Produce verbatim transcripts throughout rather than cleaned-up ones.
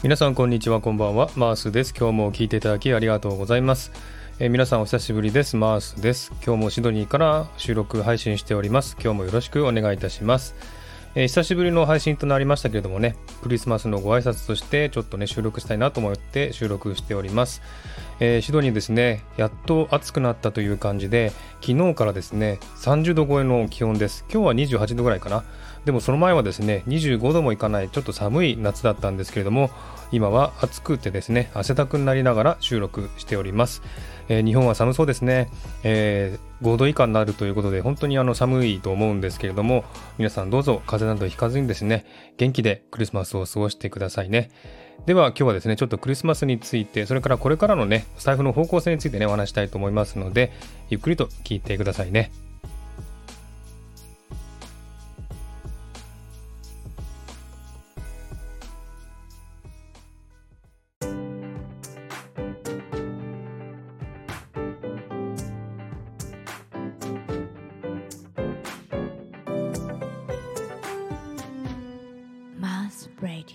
皆さんこんにちは、こんばんは。マースです。今日も聞いていただきありがとうございます。えー、皆さんお久しぶりです。マースです。今日もシドニーから収録配信しております。今日もよろしくお願いいたします。えー、久しぶりの配信となりましたけれどもね、クリスマスのご挨拶としてちょっとね収録したいなと思って収録しております。えー、シドニーですね、やっと暑くなったという感じで、昨日からですねさんじゅうど超えの気温です。今日はにじゅうはちどぐらいかな。でもその前はですねにじゅうごどもいかないちょっと寒い夏だったんですけれども、今は暑くてですね汗だくになりながら収録しております。えー、日本は寒そうですね。えー、ごど以下になるということで本当にあの寒いと思うんですけれども、皆さんどうぞ風邪などひかずにですね元気でクリスマスを過ごしてくださいね。では今日はですねちょっとクリスマスについて、それからこれからのねスタイフの方向性についてねお話したいと思いますので、ゆっくりと聞いてくださいね。 Mars Radio。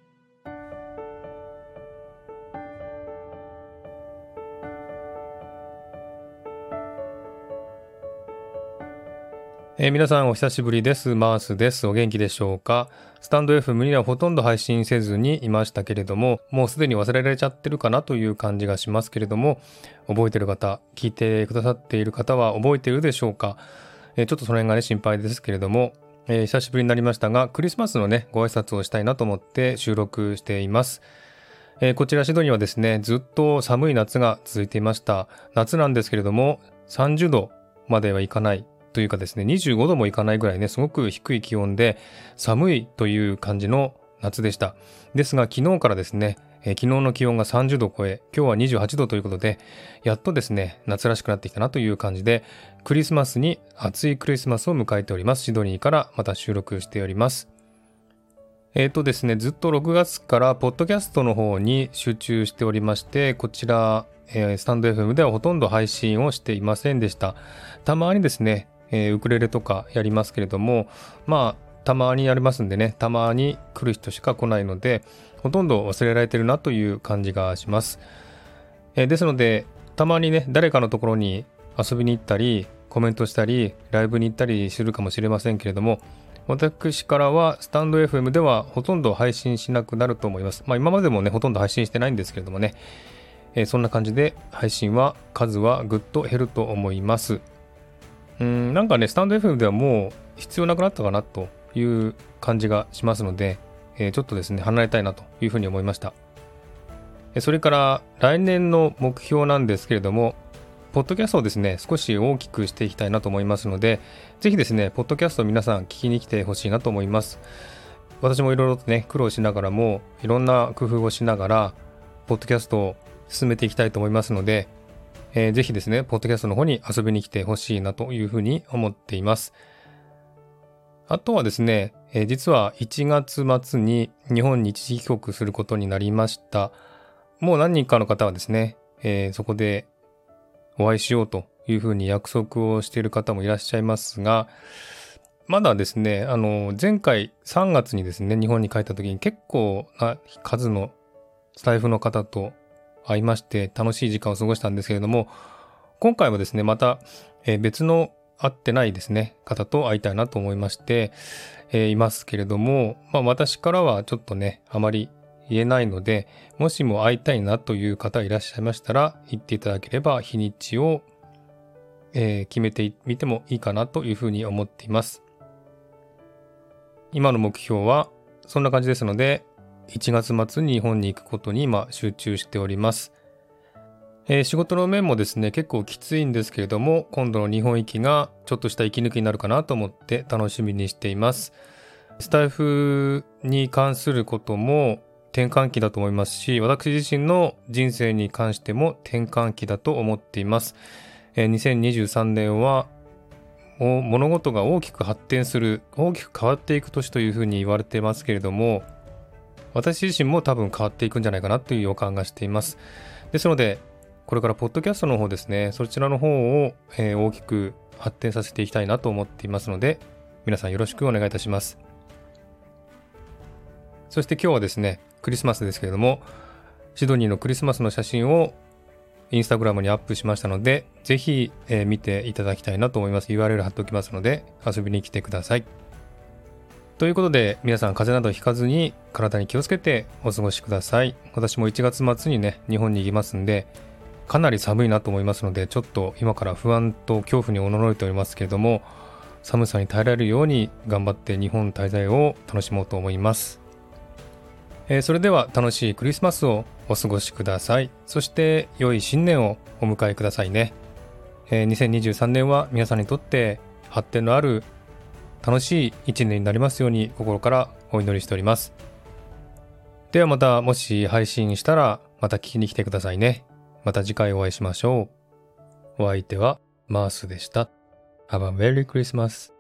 えー、皆さんお久しぶりです。マースです。お元気でしょうか。スタンド エフエム にはほとんど配信せずにいましたけれども、もうすでに忘れられちゃってるかなという感じがしますけれども、覚えてる方、聞いてくださっている方は覚えているでしょうか。えー、ちょっとその辺がね心配ですけれども、えー、久しぶりになりましたが、クリスマスのねご挨拶をしたいなと思って収録しています。えー、こちらシドニーはですねずっと寒い夏が続いていました。夏なんですけれどもさんじゅうどまではいかないというかですねにじゅうごどもいかないぐらいねすごく低い気温で寒いという感じの夏でした。ですが昨日からですね、えー、昨日の気温がさんじゅうどを超え、今日はにじゅうはちどということで、やっとですね夏らしくなってきたなという感じで、クリスマスに暑いクリスマスを迎えております。シドニーからまた収録しております。えーとですね、ずっとろくがつからポッドキャストの方に集中しておりまして、こちら、えー、スタンド エフエム ではほとんど配信をしていませんでした。たまにですね、えー、ウクレレとかやりますけれども、まあたまにやりますんでね、たまに来る人しか来ないので、ほとんど忘れられてるなという感じがします。えー、ですので、たまにね、誰かのところに遊びに行ったり、コメントしたり、ライブに行ったりするかもしれませんけれども、私からはスタンド エフエム ではほとんど配信しなくなると思います。まあ今までもねほとんど配信してないんですけれどもね、えー、そんな感じで配信は数はぐっと減ると思います。うーんなんかねスタンド エフエム ではもう必要なくなったかなという感じがしますので、えー、ちょっとですね離れたいなというふうに思いました。それから来年の目標なんですけれども、ポッドキャストをですね少し大きくしていきたいなと思いますので、ぜひですねポッドキャストを皆さん聞きに来てほしいなと思います。私もいろいろとね苦労しながらもいろんな工夫をしながらポッドキャストを進めていきたいと思いますので、えー、ぜひですねポッドキャストの方に遊びに来てほしいなというふうに思っています。あとはですね、えー、実はいちがつ末に日本に一時帰国することになりました。もう何人かの方はですね、えー、そこでお会いしようというふうに約束をしている方もいらっしゃいますが、まだですね、あの、前回さんがつにですね、日本に帰った時に結構な数のスタイフの方と会いまして楽しい時間を過ごしたんですけれども、今回はですね、また別の会ってないですね、方と会いたいなと思いまして、えー、いますけれども、まあ私からはちょっとね、あまり言えないので、もしも会いたいなという方いらっしゃいましたら言っていただければ日にちを、えー、決めてみてもいいかなというふうに思っています。今の目標はそんな感じですので、いちがつ末に日本に行くことに今集中しております。えー、仕事の面もですね結構きついんですけれども、今度の日本行きがちょっとした息抜きになるかなと思って楽しみにしています。スタイフに関することも転換期だと思いますし、私自身の人生に関しても転換期だと思っています。えー、にせんにじゅうさんねんはもう物事が大きく発展する、大きく変わっていく年というふうに言われてますけれども、私自身も多分変わっていくんじゃないかなという予感がしています。ですのでこれからポッドキャストの方ですね、そちらの方を、えー、大きく発展させていきたいなと思っていますので、皆さんよろしくお願いいたします。そして今日はですね、 クリスマスですけれども、シドニーのクリスマスの写真をインスタグラムにアップしましたので、ぜひ、えー見ていただきたいなと思います。 ユーアールエル 貼っておきますので遊びに来てください。ということで、皆さん風邪などひかずに体に気をつけてお過ごしください。私もいちがつ末にね、日本に行きますんで、かなり寒いなと思いますので、ちょっと今から不安と恐怖におののいておりますけれども、寒さに耐えられるように頑張って日本滞在を楽しもうと思います。えーそれでは楽しいクリスマスをお過ごしください。そして良い新年をお迎えくださいね。えーにせんにじゅうさんねんは皆さんにとって発展のある楽しい一年になりますように心からお祈りしております。ではまた、もし配信したらまた聞きに来てくださいね。また次回お会いしましょう。お相手はマースでした。Have a Merry Christmas!